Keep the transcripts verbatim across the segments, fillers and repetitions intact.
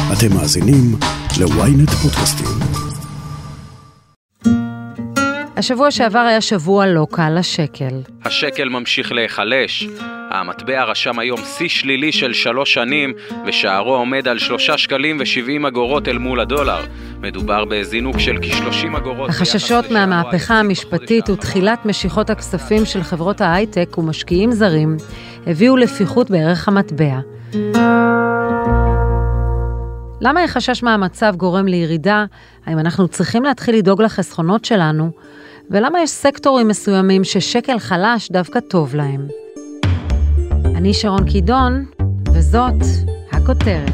אתם מאזינים ל-ynet פודקאסטים. השבוע שעבר היה שבוע לא קל לשקל. השקל ממשיך להיחלש. המטבע רשם היום שיא שלילי של שלוש שנים, ושערו עומד על שלושה שקלים ושבעים אגורות אל מול הדולר. מדובר בזינוק של כ-שלושים אגורות. החששות מהמהפכה המשפטית ותחילת משיכות הכספים של חברות ההייטק ומשקיעים זרים הביאו לפיחות בערך המטבע. למה החשש מהמצב גורם לירידה? האם אנחנו צריכים להתחיל לדאוג לחסכונות שלנו? ולמה יש סקטורים מסוימים ששקל חלש דווקא טוב להם? אני שרון קידון, וזאת הכותרת.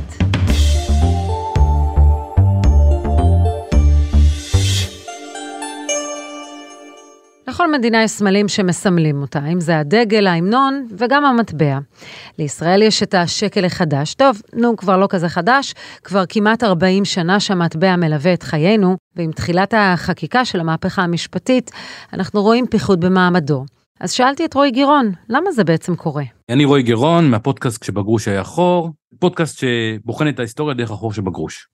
לכל מדינה יש סמלים שמסמלים אותה, אם זה הדגל, ההמנון וגם המטבע. לישראל יש את השקל החדש. טוב, נו, כבר לא כזה חדש, כבר כמעט ארבעים שנה שהמטבע מלווה את חיינו, ועם תחילת החקיקה של המהפכה המשפטית, אנחנו רואים פיחות במעמדו. אז שאלתי את רועי גירון, למה זה בעצם קורה? אני רועי גירון, מהפודקאסט כשבגרוש היה חור, פודקאסט שבוחן את ההיסטוריה דרך החור שבגרוש.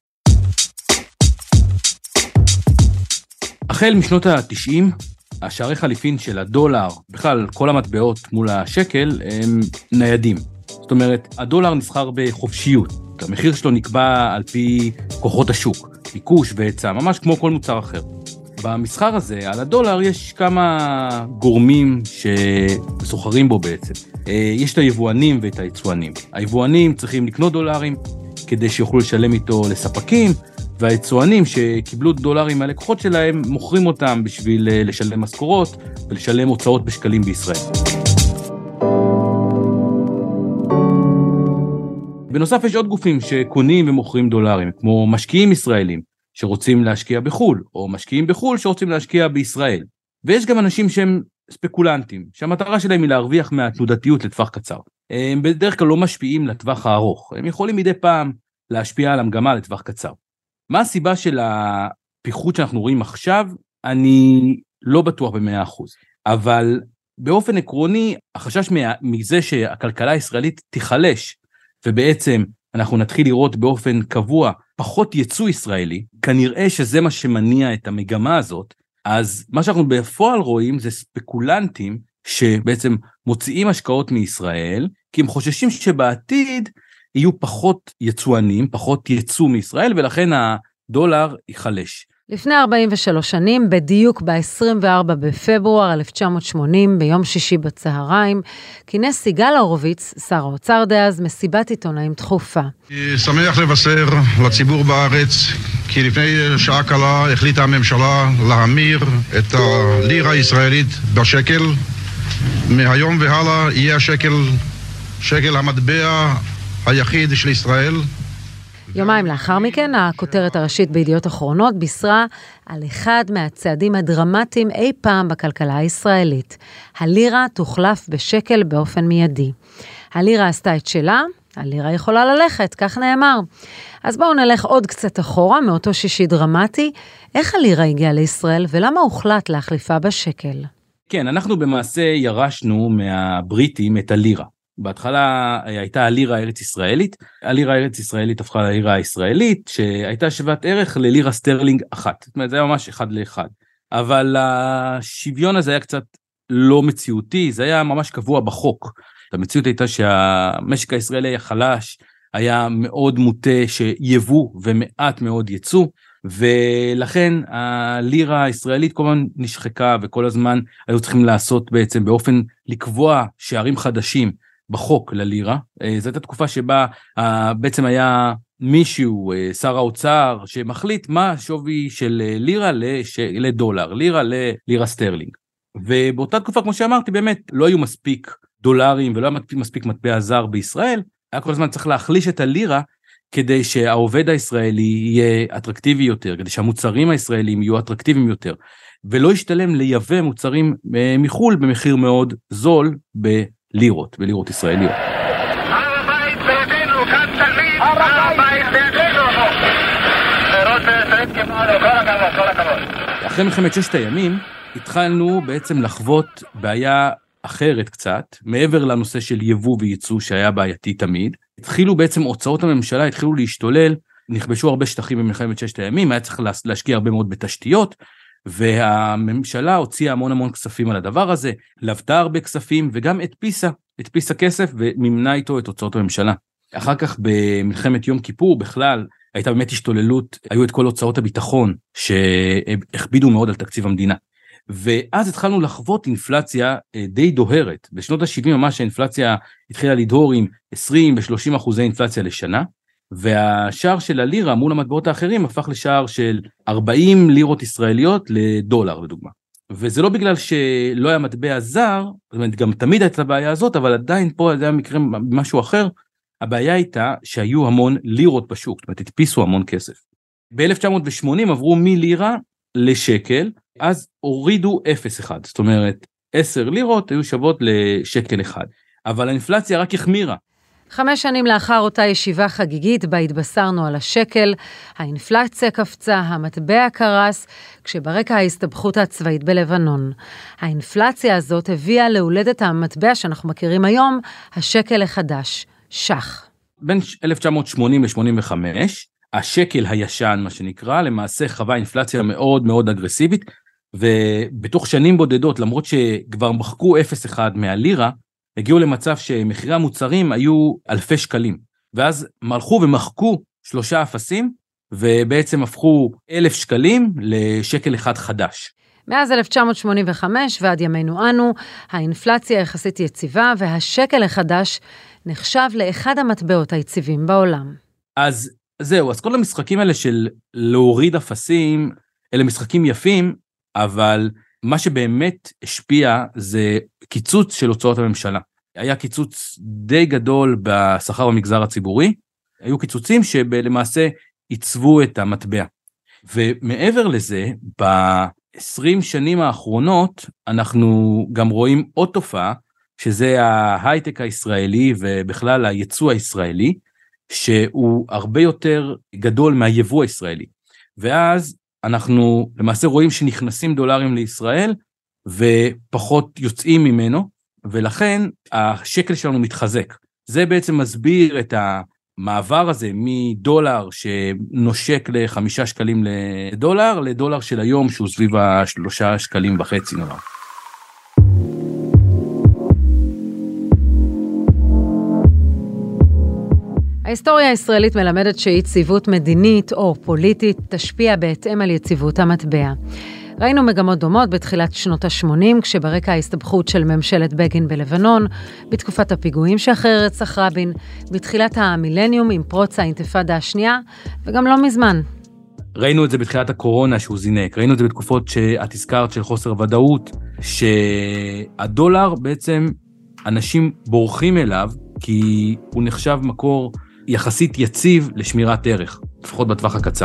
החל משנות ה-תשעים, השערי חליפין של הדולר, בכלל כל המטבעות מול השקל, הם ניידים. זאת אומרת, הדולר נסחר בחופשיות. המחיר שלו נקבע על פי כוחות השוק, ביקוש והיצע, ממש כמו כל מוצר אחר. במסחר הזה, על הדולר, יש כמה גורמים שסוחרים בו בעצם. יש את היבואנים ואת היצואנים. היבואנים צריכים לקנות דולרים כדי שיוכלו לשלם איתו לספקים, והיצואנים שקיבלו דולרים מהלקוחות שלהם, מוכרים אותם בשביל לשלם משכורות ולשלם הוצאות בשקלים בישראל. בנוסף, יש עוד גופים שקונים ומוכרים דולרים, כמו משקיעים ישראלים שרוצים להשקיע בחול, או משקיעים בחול שרוצים להשקיע בישראל. ויש גם אנשים שהם ספקולנטים, שהמטרה שלהם היא להרוויח מהתנודתיות לטווח קצר. הם בדרך כלל לא משפיעים לטווח הארוך, הם יכולים מדי פעם להשפיע על המגמה לטווח קצר. מה הסיבה של הפיחות שאנחנו רואים עכשיו? אני לא בטוח ב-מאה אחוז. אבל באופן עקרוני, החשש מזה שהכלכלה הישראלית תיחלש, ובעצם אנחנו נתחיל לראות באופן קבוע פחות ייצוא ישראלי, כנראה שזה מה שמניע את המגמה הזאת. אז מה שאנחנו בפועל רואים זה ספקולנטים שבעצם מוציאים השקעות מישראל, כי הם חוששים שבעתיד יהיו פחות יצואנים, פחות ייצוא מישראל, ולכן הדולר ייחלש. לפני ארבעים ושלוש שנים, בדיוק ב-עשרים וארבעה בפברואר אלף תשע מאות שמונים, ביום שישי בצהריים, כינס סיגל הורוביץ, שר האוצר דאז, מסיבת עיתונאים דחופה. שמח לבשר לציבור בארץ, כי לפני שעה קלה החליטה הממשלה להמיר את הלירה הישראלית בשקל. מהיום והלאה יהיה השקל, שקל המטבע היחיד של ישראל. יומיים לאחר מכן, הכותרת הראשית בידיעות אחרונות בישרה על אחד מהצעדים הדרמטיים אי פעם בכלכלה הישראלית. הלירה תוחלף בשקל באופן מיידי. הלירה עשתה את שלה, הלירה יכולה ללכת, כך נאמר. אז בואו נלך עוד קצת אחורה מאותו שישי דרמטי. איך הלירה הגיעה לישראל ולמה הוחלט להחליפה בשקל? כן, אנחנו במעשה ירשנו מהבריטים את הלירה. בהתחלה הייתה הלירה הארץ ישראלית, הלירה הארץ ישראלית הפכה ללירה הישראלית, שהייתה שוות ערך ללירה סטרלינג אחת, זאת אומרת זה היה ממש אחד לאחד, אבל השוויון הזה היה קצת לא מציאותי, זה היה ממש קבוע בחוק, המציאות הייתה שהמשק הישראלי היה חלש, היה מאוד מוטה שיבוא ומעט מאוד יצוא, ולכן הלירה הישראלית כל הזמן נשחקה, וכל הזמן היו צריכים לעשות בעצם באופן לקבוע שערים חדשים, בחוק ללירה. זו הייתה תקופה שבה בעצם היה מישהו, שר האוצר, שמחליט מה השווי של לירה לדולר, לירה ללירה סטרלינג. ובאותה תקופה, כמו שאמרתי, באמת לא היו מספיק דולרים ולא היה מספיק מטבע זר בישראל, היה כל הזמן צריך להחליש את הלירה, כדי שהעובד הישראלי יהיה אטרקטיבי יותר, כדי שהמוצרים הישראלים יהיו אטרקטיביים יותר, ולא ישתלם לייבא מוצרים מחול במחיר מאוד זול בלירות, בלירות ישראליות. הר הבית בידינו, כאן תלמיד, הר הבית בידינו. לראות בעצם כמעט, כל הכבוד, כל הכבוד. אחרי מלחמת ששת הימים, התחלנו בעצם לחוות בעיה אחרת קצת, מעבר לנושא של יבוא וייצוא שהיה בעייתי תמיד, התחילו בעצם הוצאות הממשלה, התחילו להשתולל נכבשו הרבה שטחים במלחמת ששת הימים, היה צריך להשקיע הרבה מאוד בתשתיות, והממשלה הוציאה המון המון כספים על הדבר הזה, לבטה הרבה כספים, וגם הדפיסה, הדפיסה כסף, ומימנה איתו את הוצאות הממשלה. אחר כך במלחמת יום כיפור בכלל, הייתה באמת השתוללות, היו את כל הוצאות הביטחון, שהכבידו מאוד על תקציב המדינה. ואז התחלנו לחוות אינפלציה די דוהרת. בשנות ה-שבעים ממש האינפלציה התחילה לדהור עם עשרים ו-שלושים אחוזי אינפלציה לשנה, והשער של הלירה מול המטבעות האחרים הפך לשער של ארבעים לירות ישראליות לדולר לדוגמה. וזה לא בגלל שלא היה מטבע זר, זאת אומרת גם תמיד הייתה הבעיה הזאת, אבל עדיין פה היה מקרה משהו אחר, הבעיה הייתה שהיו המון לירות בשוק, זאת אומרת הדפיסו המון כסף. ב-אלף תשע מאות ושמונים עברו מלירה לשקל, אז הורידו אפס אחד, זאת אומרת עשר לירות היו שוות לשקל אחד, אבל האינפלציה רק החמירה. חמש שנים לאחר אותה ישיבה חגיגית בה התבשרנו על השקל, האינפלציה קפצה, המטבע קרס, כשברקע ההסתבכות הצבאית בלבנון. האינפלציה הזאת הביאה להולדת המטבע שאנחנו מכירים היום, השקל החדש, שח. בין אלף תשע מאות שמונים ל-שמונים וחמש, השקל הישן, מה שנקרא, למעשה חווה אינפלציה מאוד מאוד אגרסיבית, ובתוך שנים בודדות, למרות שכבר מחקו אפס אחד מהלירה, הגיעו למצב שמחירי המוצרים היו אלפי שקלים, ואז מלכו ומחקו שלושה אפסים, ובעצם הפכו אלף שקלים לשקל אחד חדש. מאז אלף תשע מאות שמונים וחמש ועד ימינו אנו, האינפלציה יחסית יציבה, והשקל החדש נחשב לאחד המטבעות היציבים בעולם. אז זהו, אז כל המשחקים האלה של להוריד אפסים, אלה משחקים יפים, אבל מה שבאמת השפיע זה קיצוץ של הוצאות הממשלה. היה קיצוץ די גדול בשכר במגזר הציבורי, היו קיצוצים שלמעשה עיצבו את המטבע. ומעבר לזה, ב-עשרים שנים האחרונות, אנחנו גם רואים עוד תופעה, שזה ההייטק הישראלי ובכלל הייצוא הישראלי, שהוא הרבה יותר גדול מהיבוא הישראלי. ואז אנחנו למעשה רואים שנכנסים דולרים לישראל, ופחות יוצאים ממנו, ולכן השקל שלנו מתחזק. זה בעצם מסביר את המעבר הזה מדולר שנושק לחמישה שקלים לדולר, לדולר של היום שהוא סביב השלושה שקלים וחצי נורא. ההיסטוריה הישראלית מלמדת שיציבות מדינית או פוליטית תשפיע בהתאם על יציבות המטבע. ראינו מגמות דומות בתחילת שנות ה-שמונים, כשברקע ההסתבכות של ממשלת בגין בלבנון, בתקופת הפיגועים שאחרי רצח רבין, בתחילת המילניום עם פרוץ האינתיפאדה השנייה, וגם לא מזמן. ראינו את זה בתחילת הקורונה שהוא זינק, ראינו את זה בתקופות שאת הזכרת של חוסר ודאות, שהדולר בעצם אנשים בורחים אליו, כי הוא נחשב מקור יחסית יציב לשמירת ערך, לפחות בטווח הקצר.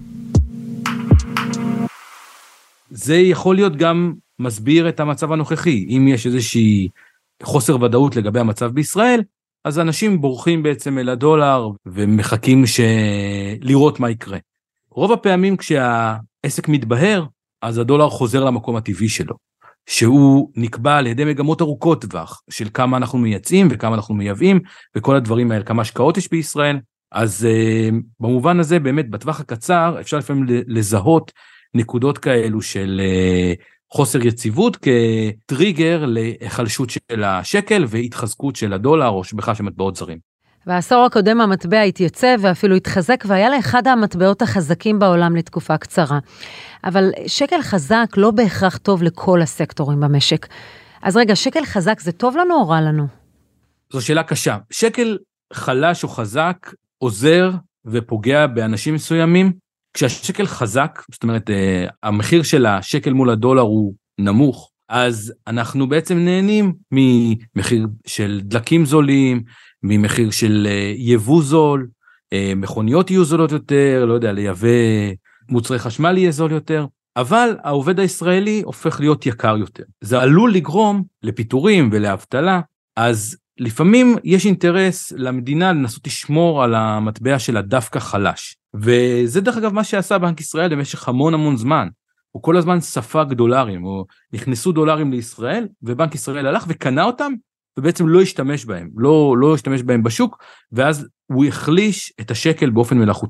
זה יכול להיות גם מסביר את המצב הנוכחי. אם יש איזושהי חוסר ודאות לגבי המצב בישראל, אז אנשים בורחים בעצם אל הדולר ומחכים ש... לראות מה יקרה. רוב הפעמים כשהעסק מתבהר, אז הדולר חוזר למקום הטבעי שלו, שהוא נקבע על ידי מגמות ארוכות טווח, של כמה אנחנו מייצאים וכמה אנחנו מייבאים, וכל הדברים האלה, כמה השקעות יש בישראל. אז uh, במובן הזה באמת בטווח הקצר אפשר לפעמים לזהות נקודות כאלו של uh, חוסר יציבות כטריגר להיחלשות של השקל והתחזקות של הדולר או בכלל של מטבעות זרים. והעשור הקודם המטבע התייצב ואפילו התחזק והיה לאחד המטבעות החזקים בעולם לתקופה קצרה. אבל שקל חזק לא בהכרח טוב לכל הסקטורים במשק. אז רגע, שקל חזק זה טוב לנו או רע לנו? זו שאלה קשה. שקל חלש או חזק עוזר ופוגע באנשים מסוימים. כשהשקל חזק, זאת אומרת, המחיר של השקל מול הדולר הוא נמוך, אז אנחנו בעצם נהנים ממחיר של דלקים זולים, ממחיר של יבוא זול, מכוניות יהיו זולות יותר, לא יודע, לייבא מוצרי חשמל יהיה זול יותר, אבל העובד הישראלי הופך להיות יקר יותר. זה עלול לגרום לפיטורים ולאבטלה, אז לפעמים יש אינטרס למדינה לנסות לשמור על המטבע שלה דווקא חלש. וזה דרך אגב מה שעשה בנק ישראל במשך המון המון זמן. הוא כל הזמן ספג דולרים, או נכנסו דולרים לישראל, ובנק ישראל הלך וקנה אותם, ובעצם לא השתמש בהם, לא, לא השתמש בהם בשוק, ואז הוא החליש את השקל באופן מלאכותי.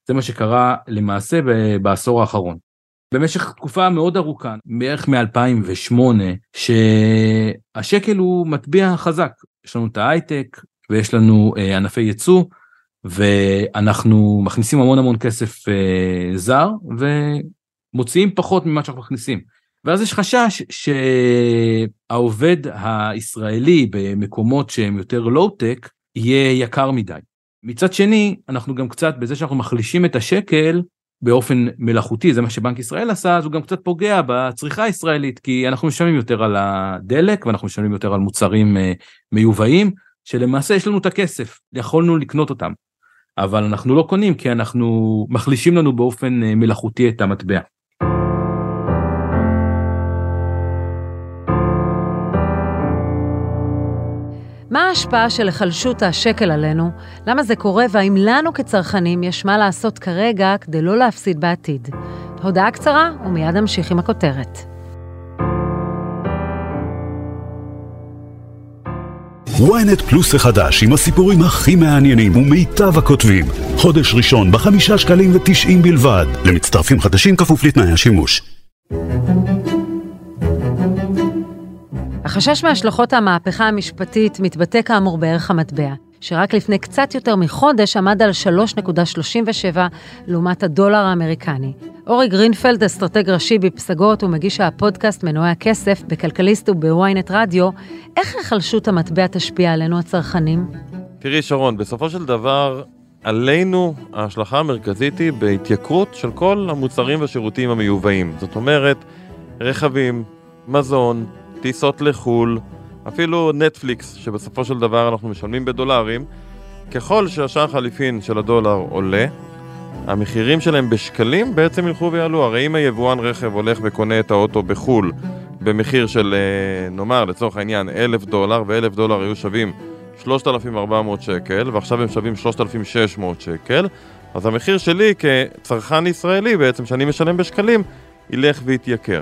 זה מה שקרה למעשה בעשור האחרון. במשך תקופה מאוד ארוכה, בערך מ-אלפיים ושמונה, שהשקל הוא מטבע חזק. יש לנו את ההייטק, ויש לנו אה, ענפי ייצוא, ואנחנו מכניסים המון המון כסף אה, זר, ומוציאים פחות ממה שאנחנו מכניסים. ואז יש חשש שהעובד הישראלי במקומות שהם יותר לואו-טק, יהיה יקר מדי. מצד שני, אנחנו גם קצת, בזה שאנחנו מחלישים את השקל, באופן מלאכותי, זה מה שבנק ישראל עשה, אז הוא גם קצת פוגע בצריכה הישראלית, כי אנחנו משלמים יותר על הדלק, ואנחנו משלמים יותר על מוצרים מיובאים, שלמעשה יש לנו את הכסף, יכולנו לקנות אותם, אבל אנחנו לא קונים, כי אנחנו מחלישים לנו באופן מלאכותי את המטבע. מה ההשפעה של החלשות השקל עלינו? למה זה קורה? והאם לנו כצרכנים יש מה לעשות כרגע כדי לא להפסיד בעתיד? הודעה קצרה ומיד נמשיך עם הכותרת. וויינט פלוס החדש עם הסיפורים הכי מעניינים ומיטב הכותבים. חודש ראשון בחמישה שקלים ותשעים בלבד. למצטרפים חדשים כפוף לתנאי השימוש. החשש מהשלכות המהפכה המשפטית מתבטא כאמור בערך המטבע, שרק לפני קצת יותר מחודש עמד על שלוש נקודה שלושים ושבע לעומת הדולר האמריקני. אורי גרינפלד, אסטרטג ראשי בפסגות ומגיש הפודקאסט מנועי הכסף בכלכליסט ובוויינט רדיו, איך החלשות המטבע תשפיע עלינו הצרכנים? תראי שרון, בסופו של דבר עלינו ההשלכה המרכזית היא בהתייקרות של כל המוצרים והשירותים המיובאים. זאת אומרת, רכבים, מזון, טיסות לחול, אפילו נטפליקס, שבסופו של דבר אנחנו משלמים בדולרים, ככל שהשער חליפין של הדולר עולה, המחירים שלהם בשקלים בעצם ילכו ויעלו. הרי אם היבואן רכב הולך וקונה את האוטו בחול במחיר של, נאמר, לצורך העניין, אלף דולר, ואלף דולר היו שווים שלושת אלפים וארבע מאות שקל, ועכשיו הם שווים שלושת אלפים ושש מאות שקל, אז המחיר שלי כצרכן ישראלי, בעצם שאני משלם בשקלים, ילך ויתייקר.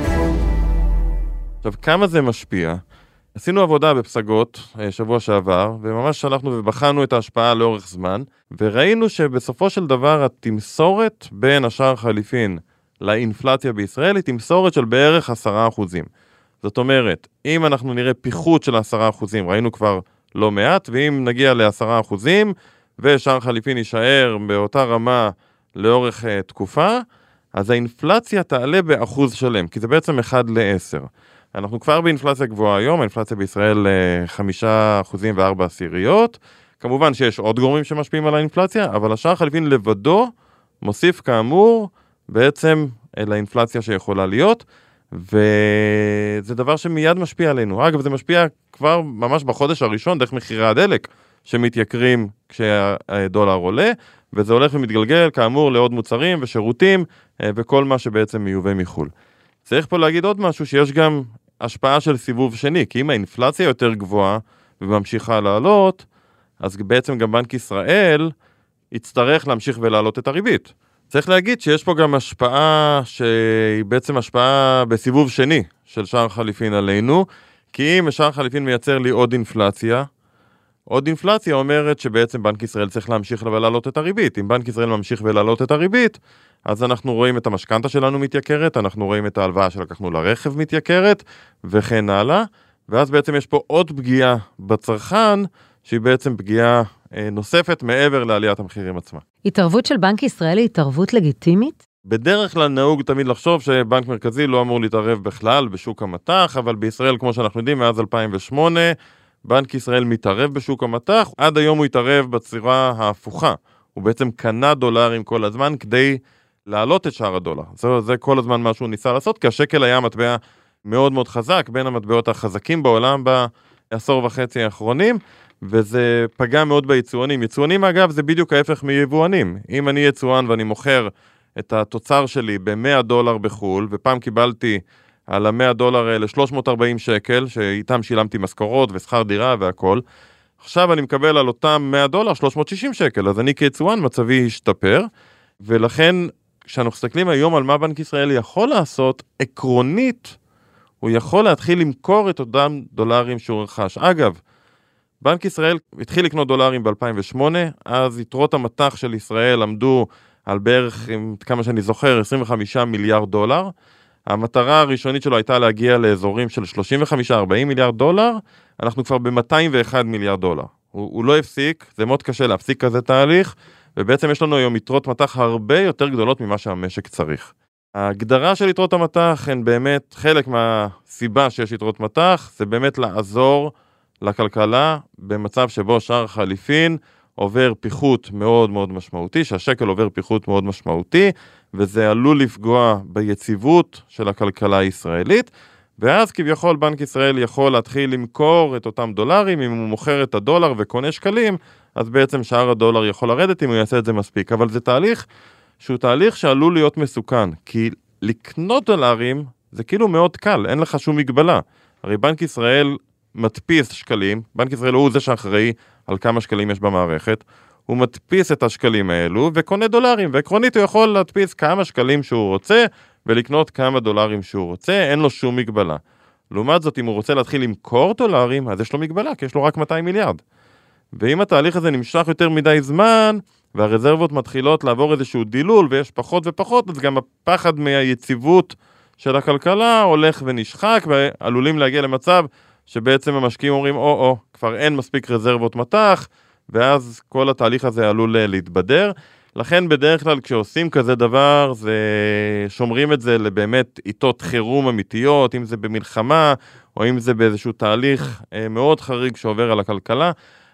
עכשיו, כמה זה משפיע? עשינו עבודה בפסגות שבוע שעבר, וממש שלחנו ובחנו את ההשפעה לאורך זמן, וראינו שבסופו של דבר התמסורת בין השער חליפין לאינפלציה בישראל היא תמסורת של בערך עשרה אחוזים. זאת אומרת, אם אנחנו נראה פיחות של עשרה אחוזים, ראינו כבר לא מעט, ואם נגיע לעשרה אחוזים, ושער חליפין יישאר באותה רמה לאורך uh, תקופה, אז האינפלציה תעלה באחוז שלם, כי זה בעצם אחד לעשר. אנחנו כבר באינפלציה גבוהה היום, האינפלציה בישראל חמישה אחוזים וארבע עשיריות. כמובן שיש עוד גורמים שמשפיעים על האינפלציה, אבל השער חליפין לבדו מוסיף כאמור בעצם לאינפלציה שיכולה להיות, וזה דבר שמיד משפיע עלינו. אגב, זה משפיע כבר ממש בחודש הראשון דרך מחירי הדלק שמתייקרים כשהדולר עולה, וזה הולך ומתגלגל כאמור לעוד מוצרים ושירותים וכל מה שבעצם מיובא מחול. צריך פה להגיד עוד משהו, שיש גם השפעה של סיבוב שני, כי אם האינפלציה יותר גבוהה וממשיכה לעלות, אז בעצם גם בנק ישראל יצטרך להמשיך ולעלות את הריבית. צריך להגיד שיש פה גם השפעה שהיא בעצם השפעה בסיבוב שני של שער חליפין עלינו, כי אם שער חליפין מייצר לי עוד אינפלציה, עוד אינפלציה אומרת שבעצם בנק ישראל צריך להמשיך ולעלות את הריבית. אם בנק ישראל ממשיך ולעלות את הריבית, אז אנחנו רואים את המשכנתה שלנו מתייקרת, אנחנו רואים את ההלוואה שלקחנו לרכב מתייקרת, וכן הלאה. ואז בעצם יש פה עוד פגיעה בצרכן, שהיא בעצם פגיעה נוספת מעבר לעליית המחירים עצמה. התערבות של בנק ישראל היא התערבות לגיטימית? בדרך כלל נהוג תמיד לחשוב שבנק מרכזי לא אמור להתערב בכלל בשוק המטח, אבל בישראל, כמו שאנחנו יודעים, מאז אלפיים ושמונה, בנק ישראל מתערב בשוק המטח, עד היום הוא התערב בצורה ההפוכה. הוא בעצם קנה דולרים כל הזמן כדי להעלות את שער הדולר. זה, זה כל הזמן מה שהוא ניסה לעשות, כי השקל היה מטבע מאוד מאוד חזק, בין המטבעות החזקים בעולם בעשור וחצי האחרונים, וזה פגע מאוד ביצואנים. יצואנים אגב זה בדיוק ההפך מיבואנים. אם אני יצואן ואני מוכר את התוצר שלי ב-מאה דולר בחול, ופעם קיבלתי על ה-מאה דולר האלה שלוש מאות וארבעים שקל, שאיתם שילמתי משכורות ושכר דירה והכל, עכשיו אני מקבל על אותם מאה דולר שלוש מאות ושישים שקל, אז אני כיצואן מצבי השתפר, ולכן כשאנחנו מסתכלים היום על מה בנק ישראל יכול לעשות, עקרונית הוא יכול להתחיל למכור את אותם דולרים שהוא רכש. אגב, בנק ישראל התחיל לקנות דולרים ב-אלפיים ושמונה, אז יתרות המטח של ישראל עמדו על בערך, כמה שאני זוכר, עשרים וחמישה מיליארד דולר. המטרה הראשונית שלו הייתה להגיע לאזורים של שלושים וחמישה עד ארבעים מיליארד דולר, אנחנו כבר ב-מאתיים ואחד מיליארד דולר. הוא, הוא לא הפסיק, זה מאוד קשה להפסיק כזה תהליך, ובעצם יש לנו היום יתרות מטח הרבה יותר גדולות ממה שהמשק צריך. ההגדרה של יתרות המטח הן באמת, חלק מהסיבה שיש יתרות מטח, זה באמת לעזור לכלכלה במצב שבו שער חליפין עובר פיחות מאוד מאוד משמעותי, שהשקל עובר פיחות מאוד משמעותי, וזה עלול לפגוע ביציבות של הכלכלה הישראלית, ואז כביכול בנק ישראל יכול להתחיל למכור את אותם דולרים, אם הוא מוכר את הדולר וקונה שקלים, אז בעצם שער הדולר יכול לרדת אם הוא יעשה את זה מספיק, אבל זה תהליך שהוא תהליך שעלול להיות מסוכן, כי לקנות דולרים זה כאילו מאוד קל, אין לך שום מגבלה. הרי בנק ישראל מדפיס שקלים, בנק ישראל הוא זה שאחראי על כמה שקלים יש במערכת, הוא מדפיס את השקלים האלו וקונה דולרים, ועקרונית הוא יכול להדפיס כמה שקלים שהוא רוצה, ולקנות כמה דולרים שהוא רוצה, אין לו שום מגבלה. לעומת זאת, אם הוא רוצה להתחיל למכור דולרים, אז יש לו מגבלה, כי יש לו רק מאתיים מיליארד. ואם התהליך הזה נמשך יותר מדי זמן, והרזרבות מתחילות לעבור איזשהו דילול, ויש פחות ופחות, אז גם הפחד מהיציבות של הכלכלה הולך ונשחק, ועלולים להגיע למצב שבעצם המשקיעים אומרים, או, או, כבר אין מספיק רזרבות מטח, ואז כל התהליך הזה עלול להתבדר. לכן בדרך כלל כשעושים כזה דבר, זה שומרים את זה לבאמת עיתות חירום אמיתיות, אם זה במלחמה, או אם זה באיזשהו תהליך מאוד חריג שעובר על הכלכלה.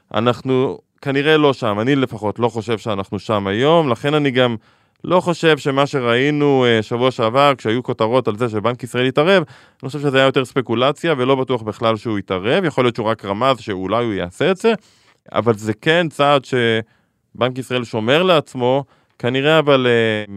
אנחנו כנראה לא שם, אני לפחות לא חושב שאנחנו שם היום, לכן אני גם לא חושב שמה שראינו שבוע שעבר, כשהיו כותרות על זה שבנק ישראל יתערב, אני חושב שזה היה יותר ספקולציה, ולא בטוח בכלל שהוא יתערב, יכול להיות שהוא רק רמז שאולי הוא יעשה את זה, אבל זה כן צעד שבנק ישראל שומר לעצמו, כנראה אבל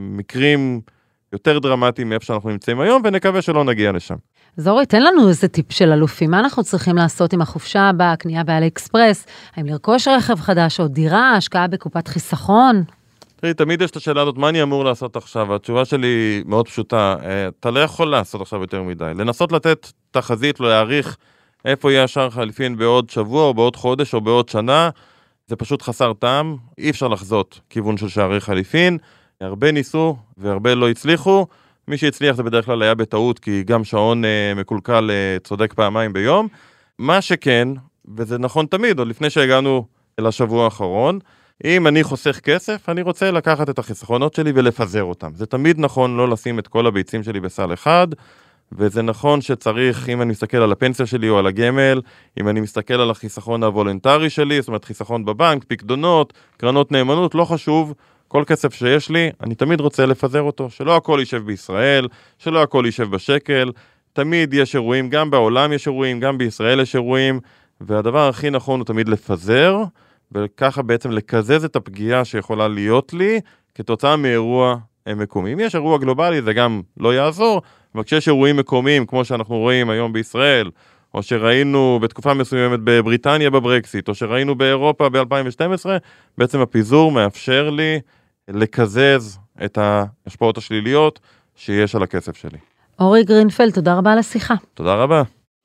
מקרים יותר דרמטיים מאיפה שאנחנו נמצאים היום, ונקווה שלא נגיע לשם. זורי, תן לנו איזה טיפ של אלופים, מה אנחנו צריכים לעשות עם החופשה הבאה, קנייה באלי אקספרס, האם לרכוש רכב חדש או דירה, השקעה בקופת חיסכון? תראי, תמיד יש את השאלה הזאת, מה אני אמור לעשות עכשיו? התשובה שלי מאוד פשוטה, אתה לא יכול לעשות עכשיו יותר מדי, לנסות לתת תחזית, לא להעריך איפה יהיה השער חליפין בעוד שבוע או בעוד חודש או בעוד שנה, זה פשוט חסר טעם, אי אפשר לחזות כיוון של שערי חליפין, הרבה ניסו והרבה לא הצליחו, מי שהצליח זה בדרך כלל היה בטעות, כי גם שעון אה, מקולקל אה, צודק פעמיים ביום, מה שכן, וזה נכון תמיד, עוד לפני שהגענו לשבוע האחרון, אם אני חוסך כסף, אני רוצה לקחת את החיסכונות שלי ולפזר אותם. זה תמיד נכון לא לשים את כל הביצים שלי בסל אחד, וזה נכון שצריך, אם אני מסתכל על הפנסיה שלי או על הגמל, אם אני מסתכל על החיסכון הוולונטרי שלי, זאת אומרת חיסכון בבנק, פקדונות, קרנות נאמנות, לא חשוב, כל כסף שיש לי, אני תמיד רוצה לפזר אותו, שלא הכל יישב בישראל, שלא הכל יישב בשקל, תמיד יש אירועים, גם בעולם יש אירועים, גם בישראל יש אירועים, והדבר הכי נכון הוא תמיד לפזר, וככה בעצם לקזז את הפגיעה שיכולה להיות לי, כתוצאה מאירוע מקומי. אם יש אירוע גלובלי, זה גם לא יעזור, אבל כשיש אירועים מקומיים, כמו שאנחנו רואים היום בישראל, או שראינו בתקופה מסוימת בבריטניה בברקסיט, או שראינו באירופה ב-אלפיים ושתים עשרה, בעצם הפיזור מאפשר לי לקזז את ההשפעות השליליות שיש על הכסף שלי. אורי גרינפלד, תודה רבה על השיחה. תודה רבה.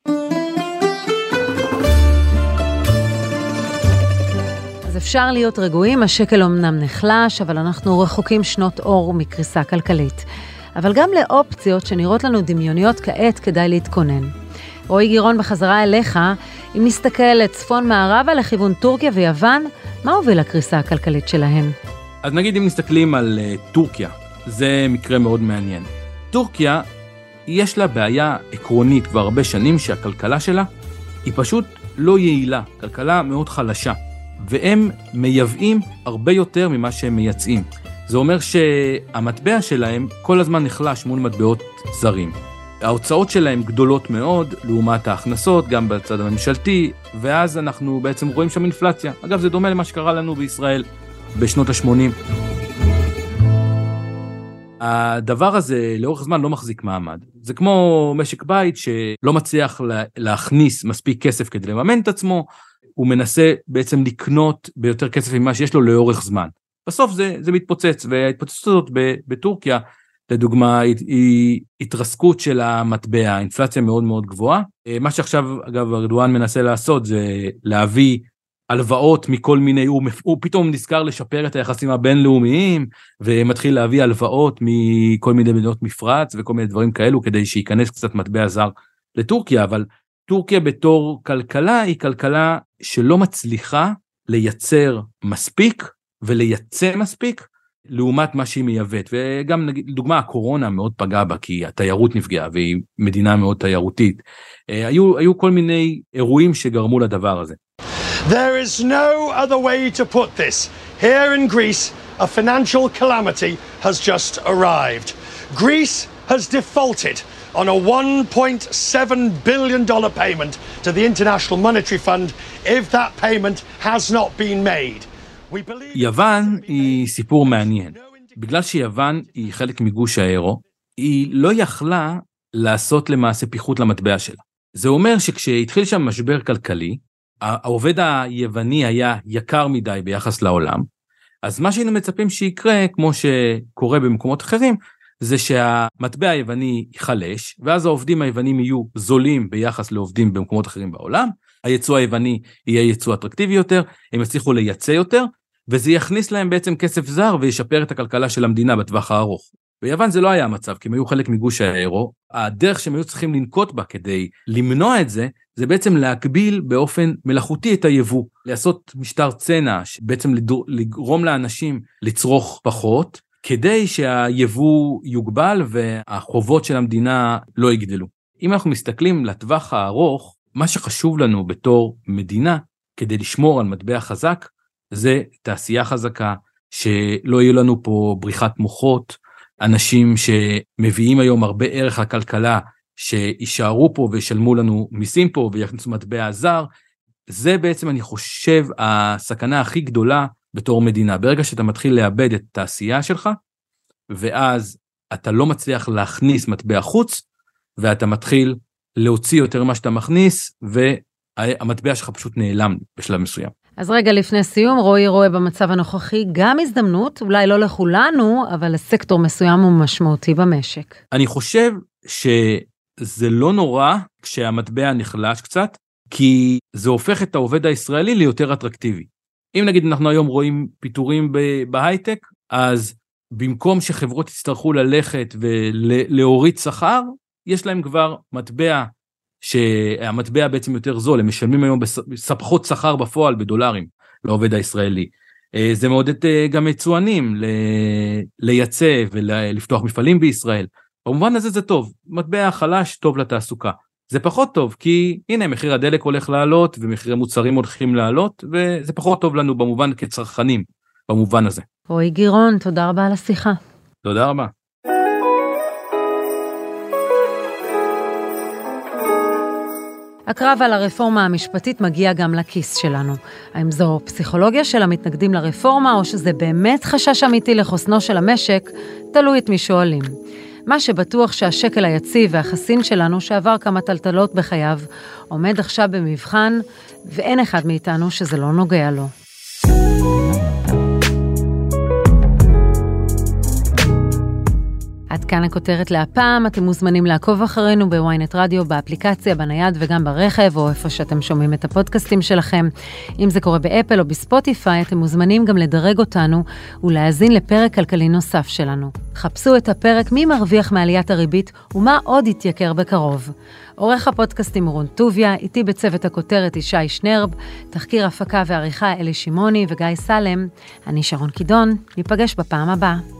אז אפשר להיות רגועים, השקל אומנם נחלש, אבל אנחנו רחוקים שנות אור מקריסה כלכלית. אבל גם לאופציות שנראות לנו דמיוניות כעת כדאי להתכונן. רועי גירון, בחזרה אליך, אם נסתכל לצפון מערבה לכיוון טורקיה ויוון, מה הוביל לקריסה הכלכלית שלהן? אז נגיד אם מסתכלים על uh, טורקיה, זה מקרה מאוד מעניין. טורקיה, יש לה בעיה עקרונית כבר הרבה שנים שהכלכלה שלה היא פשוט לא יעילה, כלכלה מאוד חלשה, והם מייבאים הרבה יותר ממה שהם מייצאים. זה אומר שהמטבע שלהם כל הזמן נחלש מול מטבעות זרים. ההוצאות שלהם גדולות מאוד לעומת ההכנסות, גם בצד הממשלתי, ואז אנחנו בעצם רואים שם אינפלציה. אגב, זה דומה למה שקרה לנו בישראל בשנות ה-שמונים. הדבר הזה לאורך זמן לא מחזיק מעמד. זה כמו משק בית שלא מצליח להכניס מספיק כסף כדי לממן את עצמו, הוא מנסה בעצם לקנות ביותר כסף ממה שיש לו לאורך זמן. בסוף זה, זה מתפוצץ, וההתפוצצות הזאת בטורקיה, לדוגמה, היא, היא התרסקות של המטבע, אינפלציה מאוד מאוד גבוהה. מה שעכשיו, אגב, ארדואן מנסה לעשות, זה להביא הלוואות מכל מיני, הוא, הוא פתאום נזכר לשפר את היחסים הבינלאומיים, ומתחיל להביא הלוואות מכל מיני מדינות מפרץ, וכל מיני דברים כאלו, כדי שייכנס קצת מטבע זר לטורקיה, אבל טורקיה בתור כלכלה, היא כלכלה שלא מצליחה לייצר מספיק, ולייצא מספיק, לעומת מה שהיא מייבאת, וגם נגיד, לדוגמה, הקורונה מאוד פגעה בה, כי התיירות נפגעה, והיא מדינה מאוד תיירותית. היו, היו כל מיני אירועים שגרמו לדבר הזה. There is no other way to put this. Here in Greece, a financial calamity has just arrived. Greece has defaulted on a one point seven billion dollars payment to the International Monetary Fund if that payment has not been made. יוון היא סיפור מעניין. בגלל שיוון היא חלק מגוש האירו, היא לא יכלה לעשות למעשה פיחות למטבע שלה. זה אומר שכשהתחיל שם משבר כלכלי, העובד היווני היה יקר מדי ביחס לעולם, אז מה שהיינו מצפים שיקרה, כמו שקורה במקומות אחרים, זה שהמטבע היווני יחלש, ואז העובדים היוונים יהיו זולים ביחס לעובדים במקומות אחרים בעולם, הייצוא היווני יהיה ייצוא אטרקטיבי יותר, הם יצליחו לייצא יותר, וזה יכניס להם בעצם כסף זר, וישפר את הכלכלה של המדינה בטווח הארוך. ביוון זה לא היה המצב, כי הם היו חלק מגוש האירו, הדרך שהם היו צריכים לנקוט בה כדי למנוע את זה, זה בעצם להגביל באופן מלאכותי את היבוא, לעשות משטר צנע, בעצם לגרום לאנשים לצרוך פחות, כדי שהיבוא יוגבל והחובות של המדינה לא יגדלו. אם אנחנו מסתכלים לטווח הארוך, מה שחשוב לנו בתור מדינה, כדי לשמור על מטבע חזק, זה תעשייה חזקה, שלא יהיו לנו פה בריחת מוחות, אנשים שמביאים היום הרבה ערך לכלכלה, שישארו פה וישלמו לנו מיסים פה ויכניסו מטבע זר, זה בעצם אני חושב הסכנה הכי גדולה בתור מדינה. ברגע שאתה מתחיל לאבד את התעשייה שלך, ואז אתה לא מצליח להכניס מטבע חוץ, ואתה מתחיל להוציא יותר ממה שאתה מכניס, והמטבע שלך פשוט נעלם בשלב מסוים. אז רגע לפני סיום, רועי רואה במצב הנוכחי גם הזדמנות, אולי לא לכולנו, אבל לסקטור מסוים ומשמעותי במשק. אני חושב שזה לא נורא כשהמטבע נחלש קצת, כי זה הופך את העובד הישראלי ליותר אטרקטיבי. אם נגיד אנחנו היום רואים פיטורים בהייטק, אז במקום שחברות יצטרכו ללכת ולהוריד שכר, יש להם כבר מטבע, שהמטבע בעצם יותר זול, הם משלמים היום בספחות שכר בפועל בדולרים לעובד הישראלי. זה מעודד גם יצואנים לייצא ולפתוח מפעלים בישראל. במובן הזה זה טוב, מטבע חלש טוב לתעסוקה. זה פחות טוב, כי הנה מחיר הדלק הולך לעלות, ומחירי מוצרים הולכים לעלות, וזה פחות טוב לנו במובן כצרכנים, במובן הזה. רועי גירון, תודה רבה על השיחה. תודה רבה. הקרב על הרפורמה המשפטית מגיע גם לכיס שלנו. האם זו פסיכולוגיה של המתנגדים לרפורמה, או שזה באמת חשש אמיתי לחוסנו של המשק, תלוי את מי שואלים. מה שבטוח שהשקל היציב והחסין שלנו, שעבר כמה טלטלות בחייו, עומד עכשיו במבחן, ואין אחד מאיתנו שזה לא נוגע לו. עד כאן הכותרת להפעם, אתם מוזמנים לעקוב אחרינו בוויינט רדיו, באפליקציה, בנייד וגם ברכב, או איפה שאתם שומעים את הפודקאסטים שלכם. אם זה קורה באפל או בספוטיפיי, אתם מוזמנים גם לדרג אותנו ולהאזין לפרק כלכלי נוסף שלנו. חפשו את הפרק מי מרוויח מעליית הריבית ומה עוד יתייקר בקרוב. עורך הפודקאסטים רון טוביה, איתי בצוות הכותרת ישי שנרב, תחקיר הפקה ועריכה אלי שימוני וגיא סלם. אני שרון קידון, ניפגש בפעם הבאה.